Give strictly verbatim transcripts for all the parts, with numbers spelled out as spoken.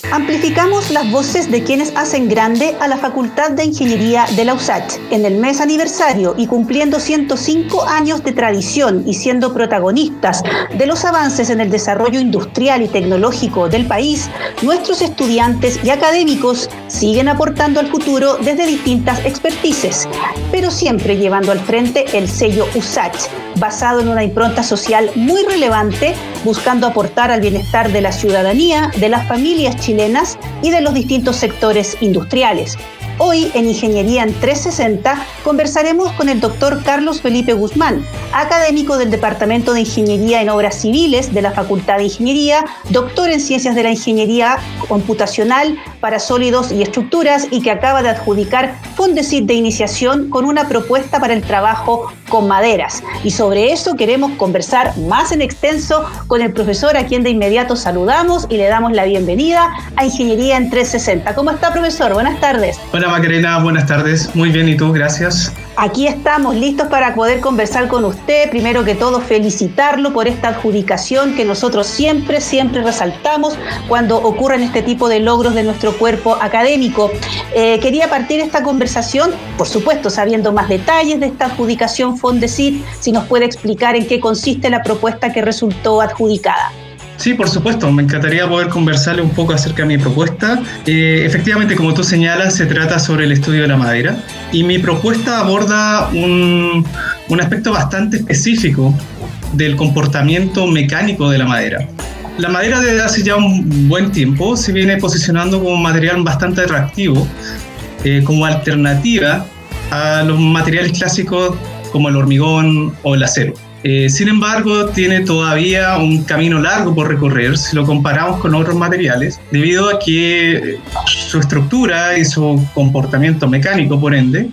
Amplificamos las voces de quienes hacen grande a la Facultad de Ingeniería de la USACH. En el mes aniversario y cumpliendo ciento cinco años de tradición y siendo protagonistas de los avances en el desarrollo industrial y tecnológico del país, nuestros estudiantes y académicos siguen aportando al futuro desde distintas expertices, pero siempre llevando al frente el sello USACH, basado en una impronta social muy relevante, buscando aportar al bienestar de la ciudadanía, de las familias chilenas y de los distintos sectores industriales. Hoy, en Ingeniería en trescientos sesenta, conversaremos con el doctor Carlos Felipe Guzmán, académico del Departamento de Ingeniería en Obras Civiles de la Facultad de Ingeniería, doctor en Ciencias de la Ingeniería Computacional para Sólidos y Estructuras y que acaba de adjudicar Fondesit de iniciación con una propuesta para el trabajo con maderas. Y sobre eso queremos conversar más en extenso con el profesor, a quien de inmediato saludamos y le damos la bienvenida a Ingeniería en trescientos sesenta. ¿Cómo está, profesor? Buenas tardes. Hola Macarena, buenas tardes. Muy bien, ¿y tú? Gracias. Aquí estamos listos para poder conversar con usted. Primero que todo, felicitarlo por esta adjudicación que nosotros siempre, siempre resaltamos cuando ocurren este tipo de logros de nuestro cuerpo académico. Eh, quería partir esta conversación, por supuesto, sabiendo más detalles de esta adjudicación Fondesit, si nos puede explicar en qué consiste la propuesta que resultó adjudicada. Sí, por supuesto, me encantaría poder conversarle un poco acerca de mi propuesta. Eh, efectivamente, como tú señalas, se trata sobre el estudio de la madera y mi propuesta aborda un, un aspecto bastante específico del comportamiento mecánico de la madera. La madera desde hace ya un buen tiempo se viene posicionando como un material bastante atractivo, eh, como alternativa a los materiales clásicos como el hormigón o el acero. Eh, sin embargo, tiene todavía un camino largo por recorrer si lo comparamos con otros materiales, debido a que su estructura y su comportamiento mecánico, por ende,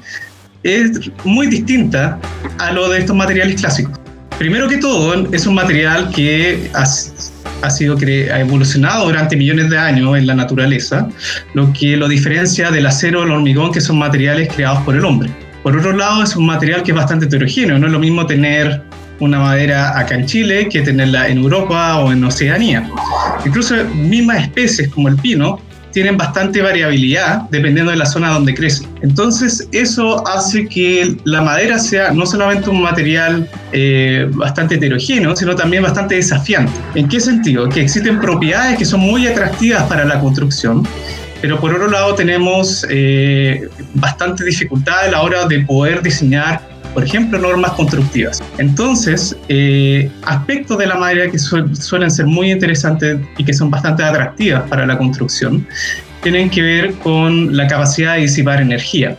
es muy distinta a lo de estos materiales clásicos. Primero que todo, es un material que ha, ha, sido cre- ha evolucionado durante millones de años en la naturaleza, lo que lo diferencia del acero o el hormigón, que son materiales creados por el hombre. Por otro lado, es un material que es bastante heterogéneo. No es lo mismo tener una madera acá en Chile que tenerla en Europa o en Oceanía. Incluso mismas especies como el pino tienen bastante variabilidad dependiendo de la zona donde crece. Entonces eso hace que la madera sea no solamente un material eh, bastante heterogéneo, sino también bastante desafiante. ¿En qué sentido? Que existen propiedades que son muy atractivas para la construcción, pero por otro lado tenemos eh, bastante dificultad a la hora de poder diseñar, por ejemplo, normas constructivas. Entonces, eh, aspectos de la madera que su- suelen ser muy interesantes y que son bastante atractivas para la construcción, tienen que ver con la capacidad de disipar energía.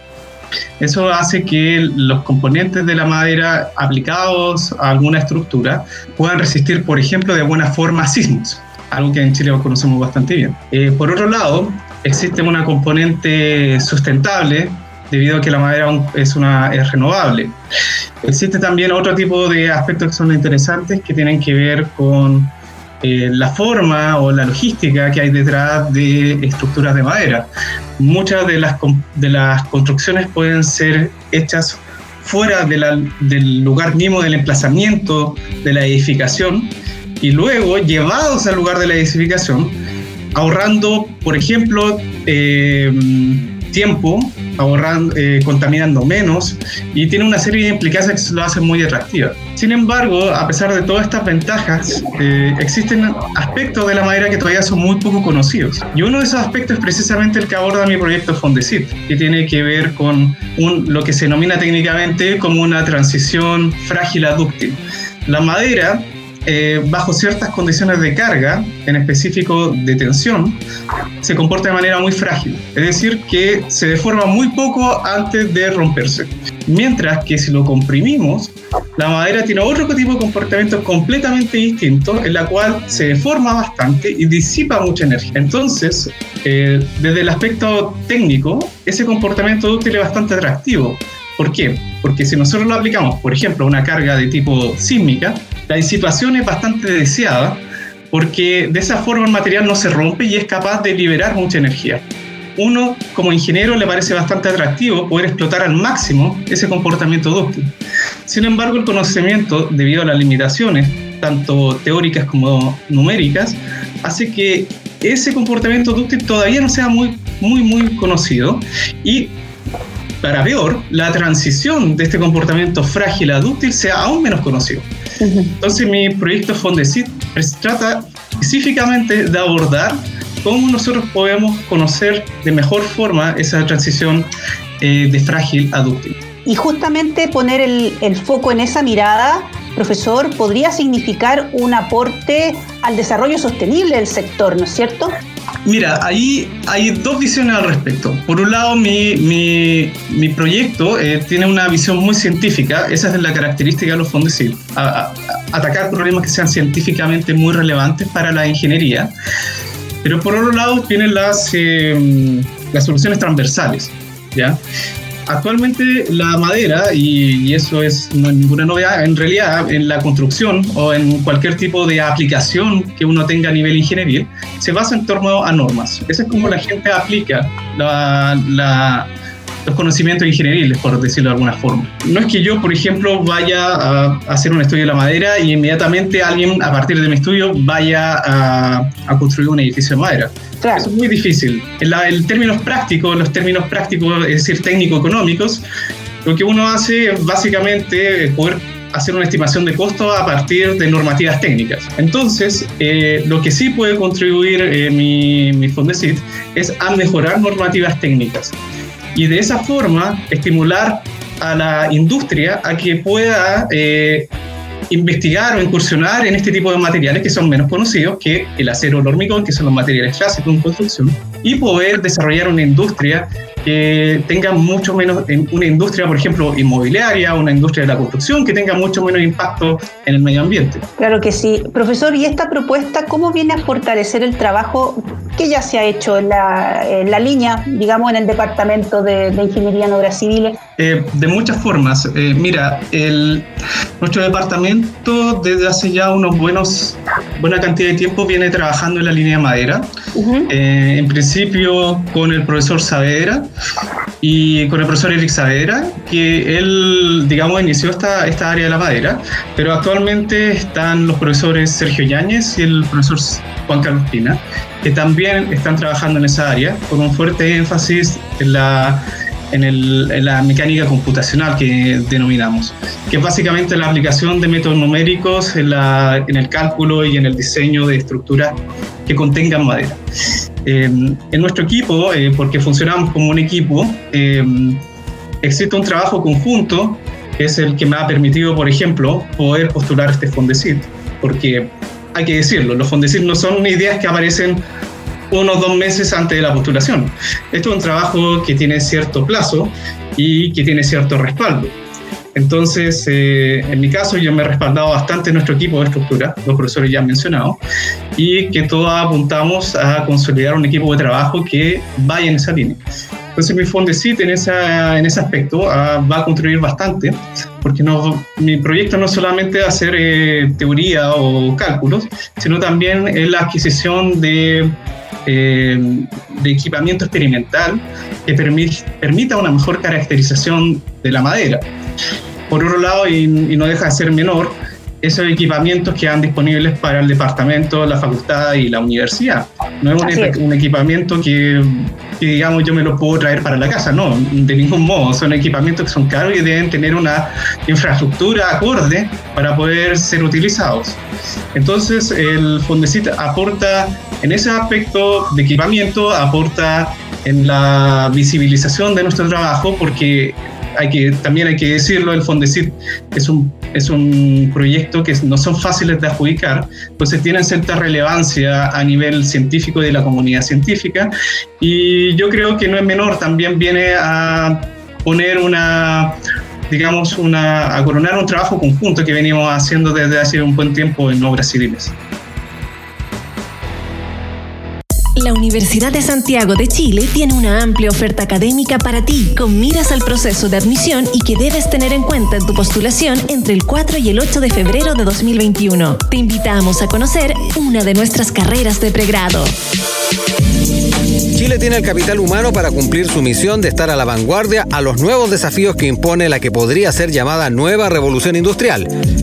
Eso hace que los componentes de la madera aplicados a alguna estructura puedan resistir, por ejemplo, de buena forma a sismos, algo que en Chile conocemos bastante bien. Eh, por otro lado, existe una componente sustentable, debido a que la madera es, una, es renovable. Existe también otro tipo de aspectos que son interesantes que tienen que ver con eh, la forma o la logística que hay detrás de estructuras de madera. Muchas de las, de las construcciones pueden ser hechas fuera de la, del lugar mismo del emplazamiento de la edificación y luego llevados al lugar de la edificación, ahorrando, por ejemplo, eh, tiempo, ahorrando, eh, contaminando menos, y tiene una serie de implicancias que lo hacen muy atractiva. Sin embargo, a pesar de todas estas ventajas, eh, existen aspectos de la madera que todavía son muy poco conocidos. Y uno de esos aspectos es precisamente el que aborda mi proyecto Fondesit, que tiene que ver con un, lo que se denomina técnicamente como una transición frágil a dúctil. La madera, Eh, bajo ciertas condiciones de carga, en específico de tensión, se comporta de manera muy frágil, es decir, que se deforma muy poco antes de romperse. Mientras que si lo comprimimos, la madera tiene otro tipo de comportamiento completamente distinto, en la cual se deforma bastante y disipa mucha energía. Entonces, eh, desde el aspecto técnico, ese comportamiento dúctil es bastante atractivo. ¿Por qué? Porque si nosotros lo aplicamos, por ejemplo, a una carga de tipo sísmica, la disipación es bastante deseada porque de esa forma el material no se rompe y es capaz de liberar mucha energía. Uno, como ingeniero, le parece bastante atractivo poder explotar al máximo ese comportamiento dúctil. Sin embargo, el conocimiento, debido a las limitaciones, tanto teóricas como numéricas, hace que ese comportamiento dúctil todavía no sea muy, muy, muy conocido, y para peor, la transición de este comportamiento frágil a dúctil sea aún menos conocido. Uh-huh. Entonces mi proyecto Fondesit trata específicamente de abordar cómo nosotros podemos conocer de mejor forma esa transición eh, de frágil a dúctil. Y justamente poner el, el foco en esa mirada, profesor, podría significar un aporte al desarrollo sostenible del sector, ¿no es cierto? Mira, ahí hay dos visiones al respecto. Por un lado, mi, mi, mi proyecto eh, tiene una visión muy científica. Esa es la característica de los Fondesit. A, a, atacar problemas que sean científicamente muy relevantes para la ingeniería. Pero por otro lado, tienen las, eh, las soluciones transversales, ¿ya? Actualmente la madera, y, y eso es, no es ninguna novedad, en realidad en la construcción o en cualquier tipo de aplicación que uno tenga a nivel ingenieril, se basa en torno a normas. Esa es como la gente aplica la, la, los conocimientos ingenieriles, por decirlo de alguna forma. No es que yo, por ejemplo, vaya a hacer un estudio de la madera y inmediatamente alguien, a partir de mi estudio, vaya a, a construir un edificio de madera. Claro. Eso es muy difícil. En, la, en términos prácticos, los términos prácticos, es decir, técnico-económicos, lo que uno hace es básicamente poder hacer una estimación de costo a partir de normativas técnicas. Entonces, eh, lo que sí puede contribuir eh, mi, mi Fondesit es a mejorar normativas técnicas y de esa forma estimular a la industria a que pueda eh, investigar o incursionar en este tipo de materiales que son menos conocidos que el acero o el hormigón, que son los materiales clásicos en construcción, y poder desarrollar una industria que tenga mucho menos, una industria, por ejemplo, inmobiliaria, una industria de la construcción que tenga mucho menos impacto en el medio ambiente. Claro que sí. Profesor, ¿y esta propuesta cómo viene a fortalecer el trabajo que ya se ha hecho en la, en la línea, digamos, en el Departamento de, de Ingeniería en Obras Civiles? Eh, de muchas formas. Eh, mira, el, nuestro departamento desde hace ya unos buenos, buena cantidad de tiempo viene trabajando en la línea de madera. Uh-huh. Eh, en principio con el profesor Saavedra y con el profesor Eric Saavedra, que él, digamos, inició esta, esta área de la madera, pero actualmente están los profesores Sergio Yáñez y el profesor Juan Carlos Pina, que también están trabajando en esa área, con un fuerte énfasis en la, en, el, en la mecánica computacional que denominamos, que es básicamente la aplicación de métodos numéricos en, la, en el cálculo y en el diseño de estructuras que contengan madera. Eh, en nuestro equipo, eh, porque funcionamos como un equipo, eh, existe un trabajo conjunto, que es el que me ha permitido, por ejemplo, poder postular este Fondesit, porque hay que decirlo, los Fondesit no son ideas que aparecen unos dos meses antes de la postulación. Esto es un trabajo que tiene cierto plazo y que tiene cierto respaldo. Entonces, eh, en mi caso, yo me he respaldado bastante en nuestro equipo de estructura, los profesores ya han mencionado, y que todos apuntamos a consolidar un equipo de trabajo que vaya en esa línea. Entonces, mi Fondesit en, esa, en ese aspecto uh, va a contribuir bastante, porque no, mi proyecto no es solamente hacer eh, teoría o cálculos, sino también es la adquisición de, eh, de equipamiento experimental que permit, permita una mejor caracterización de la madera. Por otro lado, y, y no deja de ser menor, esos equipamientos quedan disponibles para el departamento, la facultad y la universidad. No es un, es un equipamiento que, que, digamos, yo me lo puedo traer para la casa, no, de ningún modo. Son equipamientos que son caros y deben tener una infraestructura acorde para poder ser utilizados. Entonces, el Fondesit aporta en ese aspecto de equipamiento, aporta en la visibilización de nuestro trabajo, porque hay que, también hay que decirlo, el Fondesit es un, es un proyecto que no son fáciles de adjudicar, entonces tienen cierta relevancia a nivel científico y de la comunidad científica, y yo creo que no es menor, también viene a poner una, digamos, una, a coronar un trabajo conjunto que venimos haciendo desde hace un buen tiempo en Obras Civiles. La Universidad de Santiago de Chile tiene una amplia oferta académica para ti, con miras al proceso de admisión y que debes tener en cuenta en tu postulación entre el cuatro y el ocho de febrero de dos mil veintiuno. Te invitamos a conocer una de nuestras carreras de pregrado. Chile tiene el capital humano para cumplir su misión de estar a la vanguardia a los nuevos desafíos que impone la que podría ser llamada nueva revolución industrial.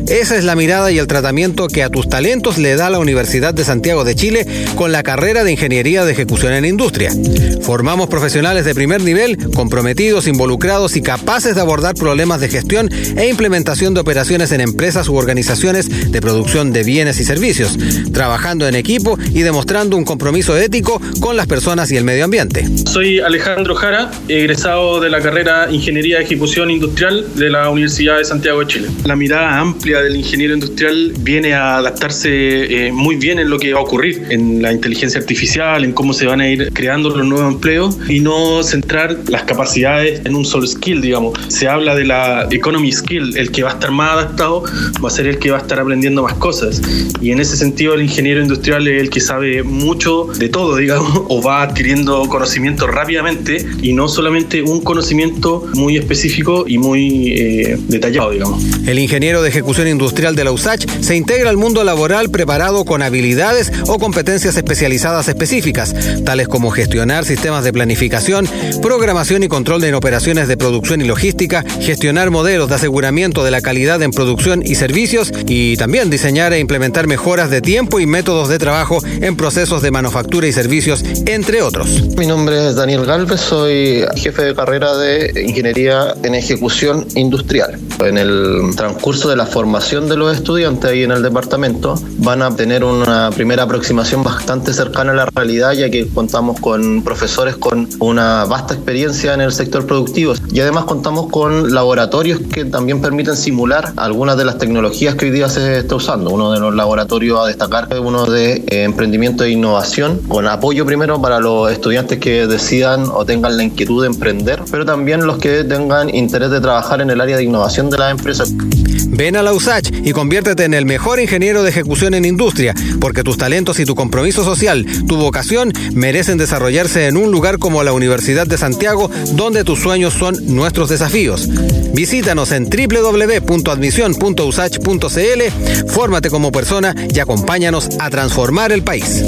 Esa es la mirada y el tratamiento que a tus talentos le da la Universidad de Santiago de Chile con la carrera de Ingeniería de Ejecución en Industria. Formamos profesionales de primer nivel, comprometidos, involucrados y capaces de abordar problemas de gestión e implementación de operaciones en empresas u organizaciones de producción de bienes y servicios, trabajando en equipo y demostrando un compromiso ético con las personas y el medio ambiente. Soy Alejandro Jara, egresado de la carrera Ingeniería de Ejecución Industrial de la Universidad de Santiago de Chile. La mirada amplia del ingeniero industrial viene a adaptarse eh, muy bien en lo que va a ocurrir, en la inteligencia artificial, en cómo se van a ir creando los nuevos empleos y no centrar las capacidades en un solo skill, digamos. Se habla de la economy skill, el que va a estar más adaptado va a ser el que va a estar aprendiendo más cosas, y en ese sentido el ingeniero industrial es el que sabe mucho de todo, digamos, o va adquiriendo conocimiento rápidamente y no solamente un conocimiento muy específico y muy eh, detallado, digamos. El ingeniero de ejecución industrial de la U S A C H se integra al mundo laboral preparado con habilidades o competencias especializadas específicas, tales como gestionar sistemas de planificación, programación y control en operaciones de producción y logística, gestionar modelos de aseguramiento de la calidad en producción y servicios y también diseñar e implementar mejoras de tiempo y métodos de trabajo en procesos de manufactura y servicios, entre otros. Mi nombre es Daniel Galvez, soy jefe de carrera de Ingeniería en Ejecución Industrial. En el transcurso de la formación de los estudiantes ahí en el departamento van a tener una primera aproximación bastante cercana a la realidad, ya que contamos con profesores con una vasta experiencia en el sector productivo y además contamos con laboratorios que también permiten simular algunas de las tecnologías que hoy día se está usando. Uno de los laboratorios a destacar es uno de eh, emprendimiento e innovación, con apoyo primero para los estudiantes que decidan o tengan la inquietud de emprender, pero también los que tengan interés de trabajar en el área de innovación de las empresas. Ven a la U S A C H y conviértete en el mejor ingeniero de ejecución en industria, porque tus talentos y tu compromiso social, tu vocación, merecen desarrollarse en un lugar como la Universidad de Santiago, donde tus sueños son nuestros desafíos. Visítanos en doble u doble u doble u punto admisión punto u s a c h punto c l, fórmate como persona y acompáñanos a transformar el país.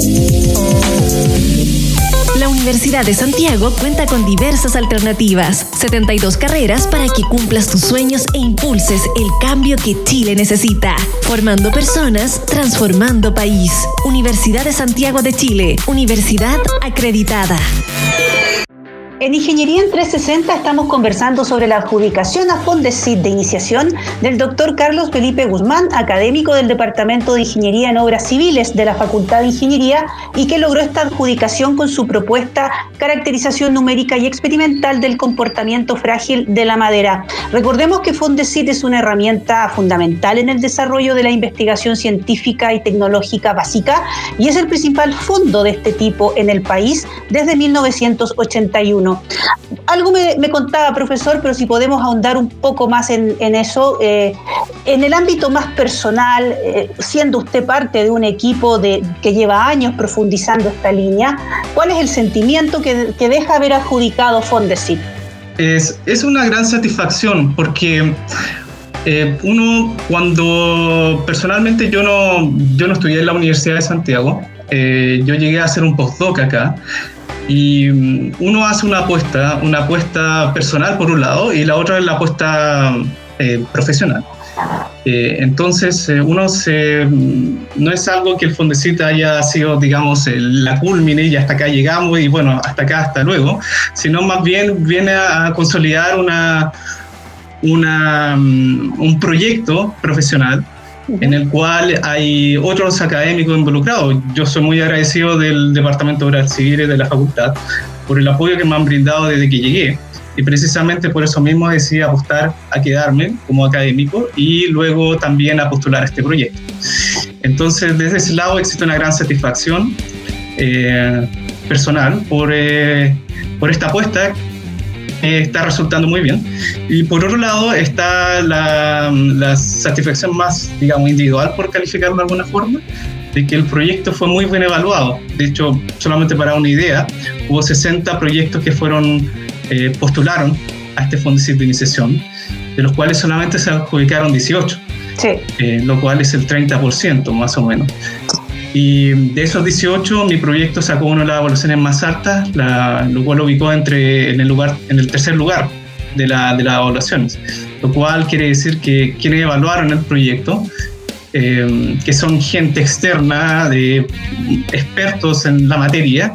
La Universidad de Santiago cuenta con diversas alternativas, setenta y dos carreras para que cumplas tus sueños e impulses el cambio que Chile necesita. Formando personas, transformando país. Universidad de Santiago de Chile, universidad acreditada. En Ingeniería en trescientos sesenta estamos conversando sobre la adjudicación a Fondesit de iniciación del doctor Carlos Felipe Guzmán, académico del Departamento de Ingeniería en Obras Civiles de la Facultad de Ingeniería, y que logró esta adjudicación con su propuesta Caracterización numérica y experimental del comportamiento frágil de la madera. Recordemos que Fondesit es una herramienta fundamental en el desarrollo de la investigación científica y tecnológica básica y es el principal fondo de este tipo en el país desde mil novecientos ochenta y uno. Algo me, me contaba, profesor, pero si podemos ahondar un poco más en, en eso. Eh, en el ámbito más personal, eh, siendo usted parte de un equipo de, que lleva años profundizando esta línea, ¿cuál es el sentimiento que, que deja haber adjudicado Fondesit? Es, es una gran satisfacción porque eh, uno, cuando personalmente yo no, yo no estudié en la Universidad de Santiago, eh, yo llegué a hacer un postdoc acá. Y uno hace una apuesta, una apuesta personal por un lado y la otra es la apuesta eh, profesional. Eh, entonces eh, uno se, no es algo que el Fondesit haya sido, digamos, el, la culmine y hasta acá llegamos y bueno, hasta acá, hasta luego, sino más bien viene a, a consolidar una, una, un proyecto profesional en el cual hay otros académicos involucrados. Yo soy muy agradecido del Departamento de Obras Civiles de la Facultad por el apoyo que me han brindado desde que llegué, y precisamente por eso mismo decidí apostar a quedarme como académico y luego también a postular a este proyecto. Entonces, desde ese lado existe una gran satisfacción eh, personal por, eh, por esta apuesta. Eh, está resultando muy bien. Y por otro lado está la, la satisfacción más, digamos, individual, por calificarlo de alguna forma, de que el proyecto fue muy bien evaluado. De hecho, solamente para una idea, hubo sesenta proyectos que fueron, eh, postularon a este Fondesit de iniciación, de los cuales solamente se adjudicaron dieciocho, sí. eh, lo cual es el treinta por ciento más o menos. Y de esos dieciocho, mi proyecto sacó una de las evaluaciones más altas, la, lo cual lo ubicó entre, en, el lugar, en el tercer lugar de, la, de las evaluaciones. lo cual quiere decir que quienes evaluaron el proyecto, eh, que son gente externa, de expertos en la materia,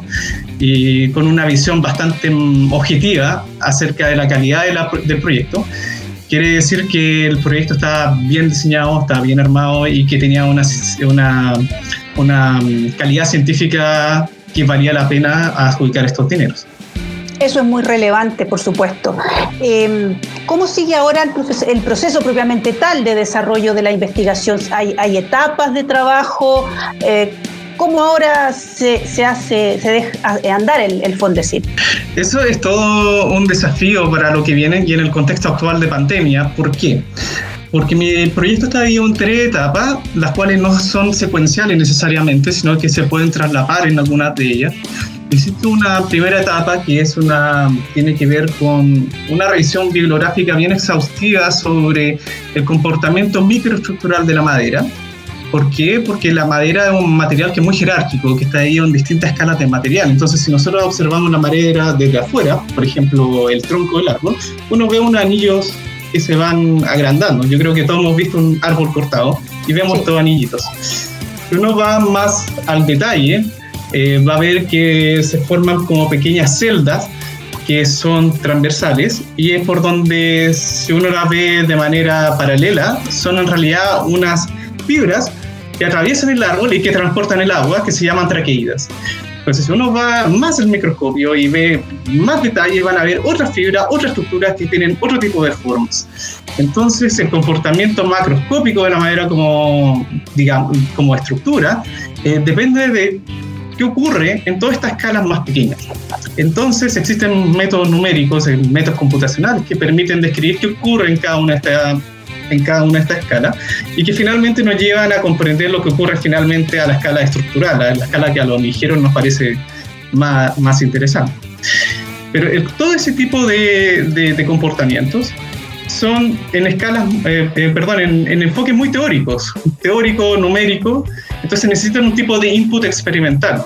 y con una visión bastante objetiva acerca de la calidad de la, del proyecto. Quiere decir que el proyecto está bien diseñado, está bien armado y que tenía una, una, una calidad científica que valía la pena adjudicar estos dineros. Eso es muy relevante, por supuesto. Eh, ¿Cómo sigue ahora el proceso, el proceso propiamente tal de desarrollo de la investigación? ¿Hay, hay etapas de trabajo? Eh, ¿Cómo ahora se, se hace, se deja andar el, el Fondesit? Eso es todo un desafío para lo que viene y en el contexto actual de pandemia. ¿Por qué? Porque mi proyecto está dividido en tres etapas, las cuales no son secuenciales necesariamente, sino que se pueden traslapar en algunas de ellas. Existe una primera etapa que es una, tiene que ver con una revisión bibliográfica bien exhaustiva sobre el comportamiento microestructural de la madera. ¿Por qué? Porque la madera es un material que es muy jerárquico, que está ahí en distintas escalas de material. Entonces, si nosotros observamos la madera desde afuera, por ejemplo, el tronco del árbol, uno ve unos anillos que se van agrandando. Yo creo que todos hemos visto un árbol cortado y vemos sí. todos anillitos. Si uno va más al detalle, eh, va a ver que se forman como pequeñas celdas que son transversales, y es por donde, si uno las ve de manera paralela, son en realidad unas fibras que atraviesan el árbol y que transportan el agua, que se llaman traqueidas. Entonces, si uno va más al microscopio y ve más detalle, van a ver otras fibras, otras estructuras que tienen otro tipo de formas. Entonces, el comportamiento macroscópico de la madera como, digamos, como estructura eh, depende de qué ocurre en todas estas escalas más pequeñas. Entonces, existen métodos numéricos, métodos computacionales que permiten describir qué ocurre en cada una de estas en cada una de estas escalas, y que finalmente nos llevan a comprender lo que ocurre finalmente a la escala estructural, a la escala que a los ligeros nos parece más, más interesante. Pero el, todo ese tipo de, de, de comportamientos son en escalas, eh, eh, perdón, en, en enfoques muy teóricos, teórico, numérico, entonces necesitan un tipo de input experimental.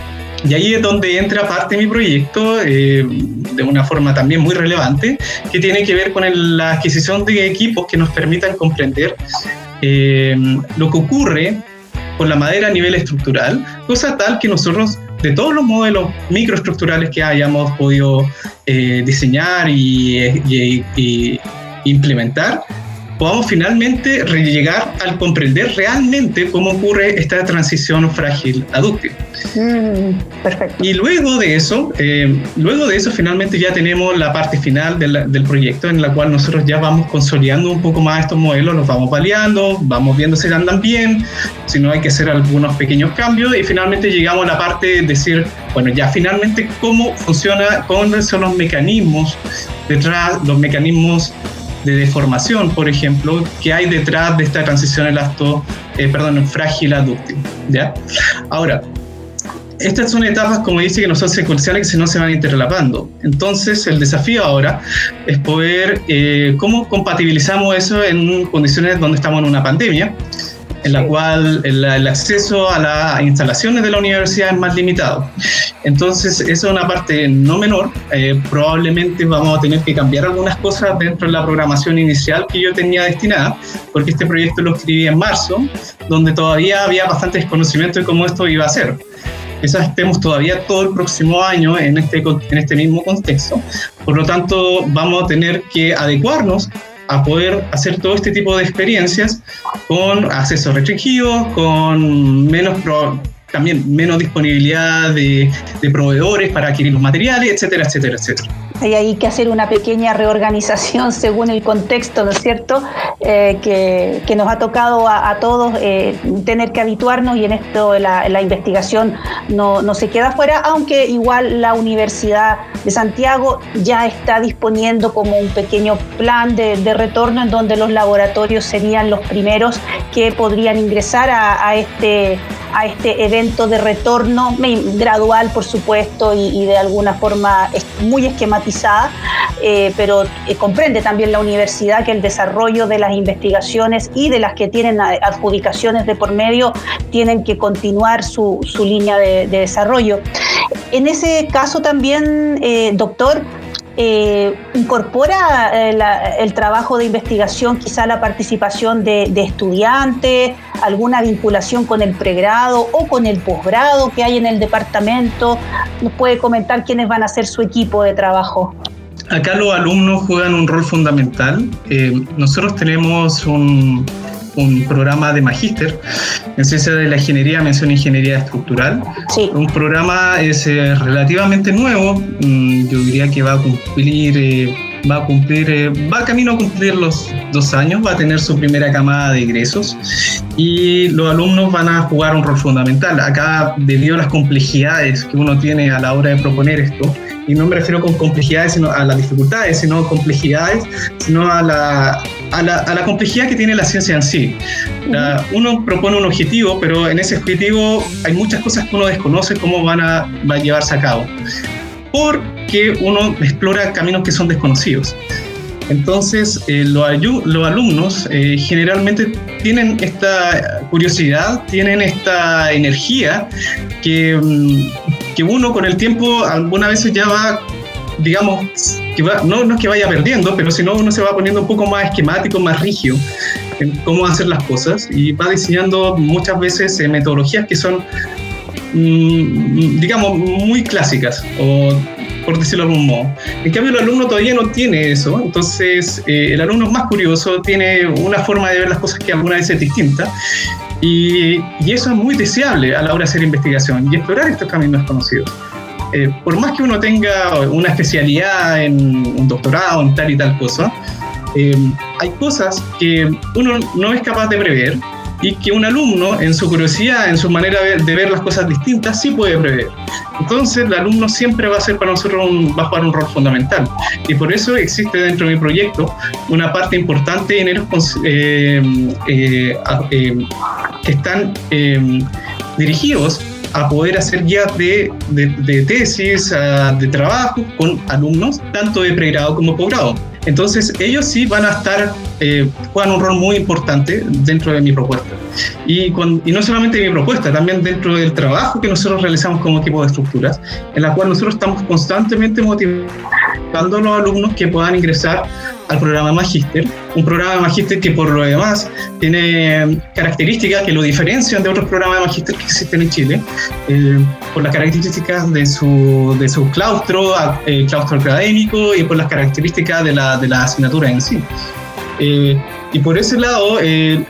Y ahí es donde entra parte de mi proyecto, eh, de una forma también muy relevante, que tiene que ver con el, la adquisición de equipos que nos permitan comprender eh, lo que ocurre con la madera a nivel estructural, cosa tal que nosotros, de todos los modelos microestructurales que hayamos podido eh, diseñar y, y, y implementar, podamos finalmente llegar al comprender realmente cómo ocurre esta transición frágil a dúctil. Mm, perfecto. Y luego de eso, eh, luego de eso finalmente ya tenemos la parte final de la, del proyecto, en la cual nosotros ya vamos consolidando un poco más estos modelos, los vamos validando, vamos viendo si andan bien, si no hay que hacer algunos pequeños cambios, y finalmente llegamos a la parte de decir, bueno, ya finalmente cómo funciona, cuáles son los mecanismos detrás, los mecanismos de deformación, por ejemplo, que hay detrás de esta transición elasto, eh, perdón, frágil a dúctil, ¿ya? Ahora, estas son etapas, como dice, que no son secuenciales, que si no se van interlapando. Entonces, el desafío ahora es poder, eh, cómo compatibilizamos eso en condiciones donde estamos en una pandemia, en la cual el, el acceso a las instalaciones de la universidad es más limitado. Entonces, esa es una parte no menor. Eh, probablemente vamos a tener que cambiar algunas cosas dentro de la programación inicial que yo tenía destinada, porque este proyecto lo escribí en marzo, donde todavía había bastante desconocimiento de cómo esto iba a ser. Quizás estemos todavía todo el próximo año en este, en este mismo contexto. Por lo tanto, vamos a tener que adecuarnos a poder hacer todo este tipo de experiencias con acceso restringido, con menos pro, también menos disponibilidad de, de proveedores para adquirir los materiales, etcétera, etcétera, etcétera. Hay ahí que hacer una pequeña reorganización según el contexto, ¿no es cierto? Eh, que, que nos ha tocado a, a todos eh, tener que habituarnos, y en esto la, la investigación no, no se queda fuera, aunque igual la Universidad de Santiago ya está disponiendo como un pequeño plan de, de retorno, en donde los laboratorios serían los primeros que podrían ingresar a, a este a este evento de retorno gradual, por supuesto, y, y de alguna forma muy esquematizada, eh, pero eh, comprende también la universidad que el desarrollo de las investigaciones y de las que tienen adjudicaciones de por medio tienen que continuar su, su línea de, de desarrollo. En ese caso también, eh, doctor, eh, incorpora eh, la, el trabajo de investigación, quizá la participación de, de estudiantes, alguna vinculación con el pregrado o con el posgrado que hay en el departamento? ¿Nos puede comentar quiénes van a ser su equipo de trabajo? Acá los alumnos juegan un rol fundamental. Eh, nosotros tenemos un, un programa de magíster en ciencia de la ingeniería, mención ingeniería estructural. Sí. Un programa es eh, relativamente nuevo, mm, yo diría que va a cumplir, eh, va a cumplir, eh, va camino a cumplir los dos años, va a tener su primera camada de egresos y los alumnos van a jugar un rol fundamental. Acá, debido a las complejidades que uno tiene a la hora de proponer esto, y no me refiero con complejidades sino a las dificultades, sino complejidades, sino a la, a la, a la complejidad que tiene la ciencia en sí. La, uno propone un objetivo, pero en ese objetivo hay muchas cosas que uno desconoce cómo van a, va a llevarse a cabo, porque uno explora caminos que son desconocidos. Entonces, eh, los, los alumnos eh, generalmente tienen esta curiosidad, tienen esta energía que, que uno con el tiempo algunas veces ya va, digamos, que va, no, no es que vaya perdiendo, pero sino uno se va poniendo un poco más esquemático, más rígido en cómo hacer las cosas y va diseñando muchas veces eh, metodologías que son, mmm, digamos, muy clásicas o por decirlo de algún modo. En cambio, el alumno todavía no tiene eso, entonces eh, el alumno es más curioso, tiene una forma de ver las cosas que alguna vez es distinta y, y eso es muy deseable a la hora de hacer investigación y explorar estos caminos desconocidos. Eh, por más que uno tenga una especialidad en un doctorado, en tal y tal cosa, eh, hay cosas que uno no es capaz de prever y que un alumno, en su curiosidad, en su manera de ver las cosas distintas, sí puede prever. Entonces, el alumno siempre va a ser para nosotros un, va a jugar un rol fundamental. Y por eso existe dentro de mi proyecto una parte importante de ingenieros eh, eh, eh, que están eh, dirigidos a poder hacer guías de, de, de tesis, uh, de trabajo con alumnos, tanto de pregrado como posgrado. Entonces, ellos sí van a estar, eh, juegan un rol muy importante dentro de mi propuesta. Y, con, y no solamente de mi propuesta, también dentro del trabajo que nosotros realizamos como equipo de estructuras, en la cual nosotros estamos constantemente motivando a los alumnos que puedan ingresar al programa de Magíster, un programa de Magíster que por lo demás tiene características que lo diferencian de otros programas de Magíster que existen en Chile, eh, por las características de su, de su claustro, eh, claustro académico y por las características de la, de la asignatura en sí. Eh, y por ese lado, eh,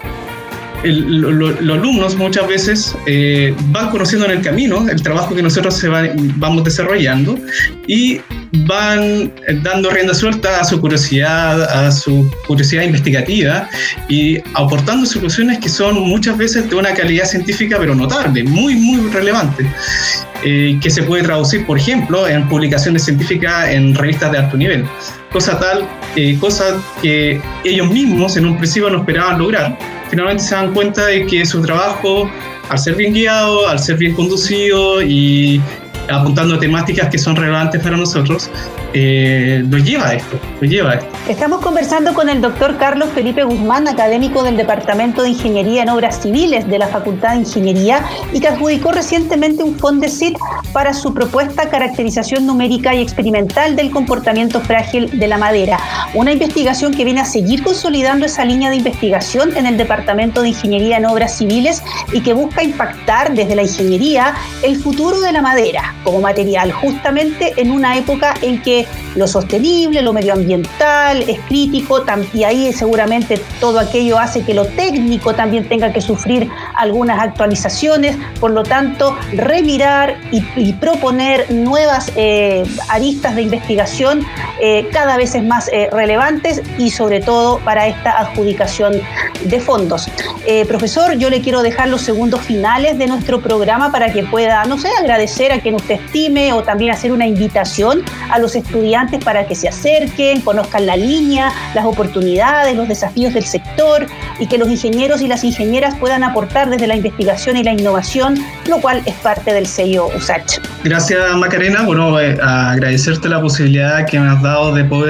el, lo, lo, los alumnos muchas veces eh, van conociendo en el camino el trabajo que nosotros se va, vamos desarrollando y van dando rienda suelta a su curiosidad, a su curiosidad investigativa y aportando soluciones que son muchas veces de una calidad científica pero notable, muy muy relevante, eh, que se puede traducir, por ejemplo, en publicaciones científicas en revistas de alto nivel, cosa tal, eh, cosas que ellos mismos en un principio no esperaban lograr. Finalmente se dan cuenta de que su trabajo, al ser bien guiado, al ser bien conducido y apuntando a temáticas que son relevantes para nosotros, eh, nos lleva a esto, nos lleva a esto. Estamos conversando con el doctor Carlos Felipe Guzmán, académico del Departamento de Ingeniería en Obras Civiles de la Facultad de Ingeniería y que adjudicó recientemente un Fondesit para su propuesta Caracterización Numérica y Experimental del Comportamiento Frágil de la Madera, una investigación que viene a seguir consolidando esa línea de investigación en el Departamento de Ingeniería en Obras Civiles y que busca impactar desde la ingeniería el futuro de la madera como material, justamente en una época en que lo sostenible, lo medioambiental es crítico, y ahí seguramente todo aquello hace que lo técnico también tenga que sufrir algunas actualizaciones. Por lo tanto, remirar y, y proponer nuevas eh, aristas de investigación eh, cada vez es más eh, relevantes y sobre todo para esta adjudicación de fondos. Eh, profesor, yo le quiero dejar los segundos finales de nuestro programa para que pueda, no sé, agradecer a quien usted estime o también hacer una invitación a los estudiantes para que se acerquen, conozcan la línea, las oportunidades, los desafíos del sector y que los ingenieros y las ingenieras puedan aportar desde la investigación y la innovación, lo cual es parte del sello USACH. Gracias, Macarena. Bueno, eh, agradecerte la posibilidad que me has dado de poder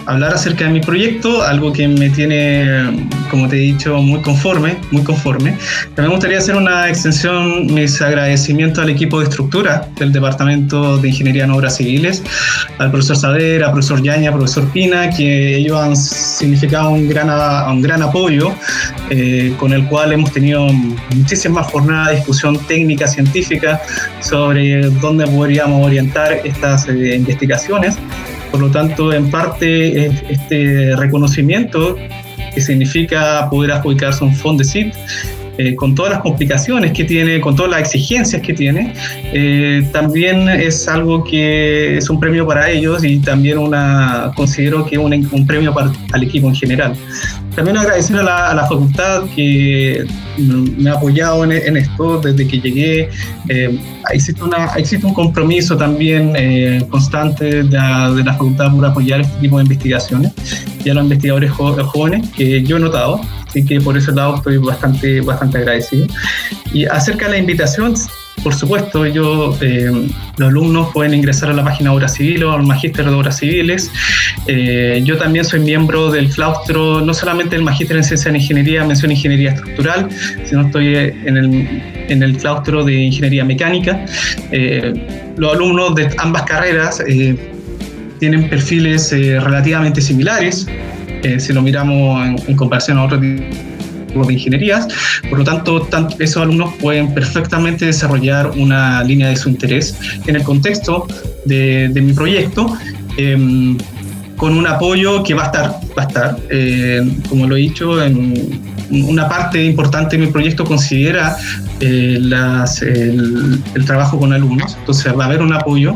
hablar acerca de mi proyecto, algo que me tiene, como te he dicho, muy conforme, muy conforme. También me gustaría hacer una extensión, mis agradecimientos al equipo de estructura del Departamento de Ingeniería en Obras Civiles, al profesor Saavedra, al profesor Yaña, al profesor Pina, que ellos han significado un gran, un gran apoyo, eh, con el cual hemos tenido muchísimas jornadas de discusión técnica, científica, sobre dónde podríamos orientar estas eh, investigaciones. Por lo tanto, en parte, este reconocimiento que significa poder adjudicarse un Fondesit, eh, con todas las complicaciones que tiene, con todas las exigencias que tiene, eh, también es algo que es un premio para ellos y también una, considero que un, un premio para, al equipo en general. También agradecer a la, a la facultad que me ha apoyado en, en esto desde que llegué. Eh, existe, una, existe un compromiso también eh, constante de la, de la facultad por apoyar este tipo de investigaciones y a los investigadores jo, jóvenes que yo he notado, así que por ese lado estoy bastante, bastante agradecido. Y acerca de la invitación, por supuesto, yo, eh, los alumnos pueden ingresar a la página Obras Civiles o al Magíster de Obras Civiles. Eh, yo también soy miembro del claustro, no solamente del Magíster en Ciencia de Ingeniería, mención Ingeniería Estructural, sino estoy en el, en el claustro de Ingeniería Mecánica. Eh, los alumnos de ambas carreras eh, tienen perfiles eh, relativamente similares, eh, si lo miramos en, en comparación a otros de ingenierías. Por lo tanto, tanto, esos alumnos pueden perfectamente desarrollar una línea de su interés en el contexto de, de mi proyecto, eh, con un apoyo que va a estar, va a estar eh, como lo he dicho, en una parte importante de mi proyecto considera eh, las, el, el trabajo con alumnos, entonces va a haber un apoyo,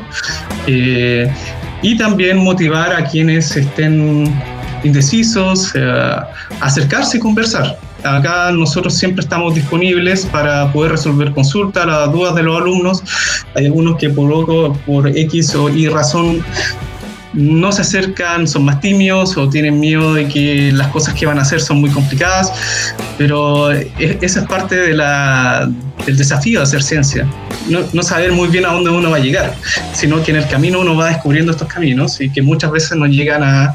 eh, y también motivar a quienes estén indecisos, eh, a acercarse y conversar. Acá nosotros siempre estamos disponibles para poder resolver consultas, las dudas de los alumnos. Hay algunos que por, por X o Y razón no se acercan, son más tímidos o tienen miedo de que las cosas que van a hacer son muy complicadas, pero esa es parte de la, del desafío de hacer ciencia. No, no saber muy bien a dónde uno va a llegar, sino que en el camino uno va descubriendo estos caminos y que muchas veces nos llegan a,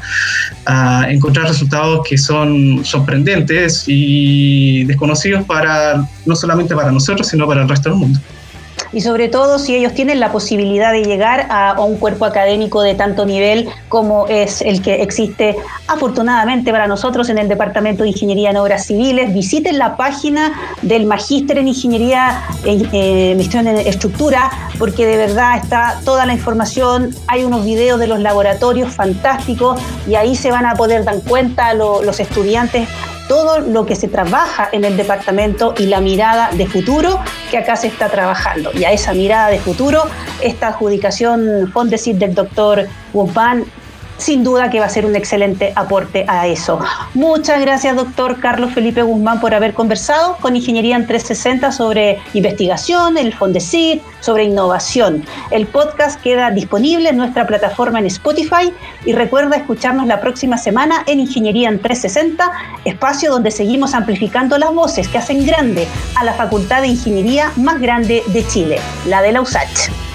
a encontrar resultados que son sorprendentes y desconocidos para, no solamente para nosotros, sino para el resto del mundo. Y sobre todo si ellos tienen la posibilidad de llegar a, a un cuerpo académico de tanto nivel como es el que existe afortunadamente para nosotros en el Departamento de Ingeniería en Obras Civiles. Visiten la página del Magíster en Ingeniería en eh, en Estructura, porque de verdad está toda la información. Hay unos videos de los laboratorios fantásticos y ahí se van a poder dar cuenta lo, los estudiantes todo lo que se trabaja en el departamento y la mirada de futuro que acá se está trabajando. Y a esa mirada de futuro, esta adjudicación Fondesit del doctor Guzmán, sin duda que va a ser un excelente aporte a eso. Muchas gracias, doctor Carlos Felipe Guzmán, por haber conversado con Ingeniería en trescientos sesenta sobre investigación, el Fondesit, sobre innovación. El podcast queda disponible en nuestra plataforma en Spotify y recuerda escucharnos la próxima semana en Ingeniería en trescientos sesenta, espacio donde seguimos amplificando las voces que hacen grande a la Facultad de Ingeniería más grande de Chile, la de la USACH.